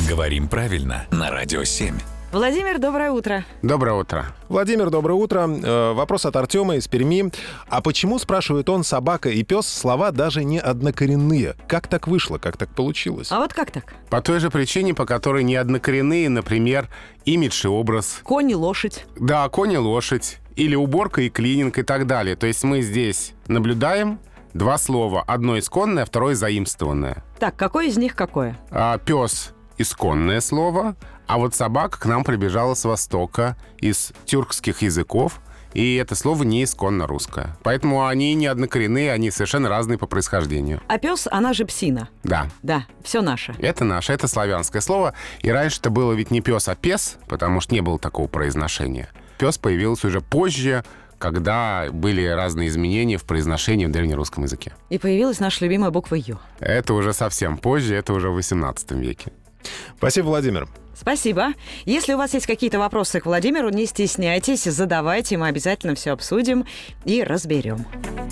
Говорим правильно на Радио 7. Владимир, доброе утро. Доброе утро. Владимир, доброе утро. Вопрос от Артема из Перми. А почему, спрашивает он, собака и пес слова даже не однокоренные? Как так вышло? Как так получилось? А вот как так? По той же причине, по которой не однокоренные, например, имидж и образ. Конь и лошадь. Да, конь и лошадь. Или уборка и клининг и так далее. То есть мы здесь наблюдаем два слова. Одно исконное, второе заимствованное. Так, какое из них какое? Пес — исконное слово, а вот собака к нам прибежала с Востока, из тюркских языков, и это слово не исконно русское. Поэтому они не однокоренные, они совершенно разные по происхождению. А пес, она же псина. Да. Да, все наше. Это наше, это славянское слово. И раньше это было ведь не пес, а пес, потому что не было такого произношения. Пес появился уже позже, когда были разные изменения в произношении в древнерусском языке. И появилась наша любимая буква «Ю». Это уже совсем позже, это уже в XVIII веке. Спасибо, Владимир. Спасибо. Если у вас есть какие-то вопросы к Владимиру, не стесняйтесь, задавайте, мы обязательно все обсудим и разберем.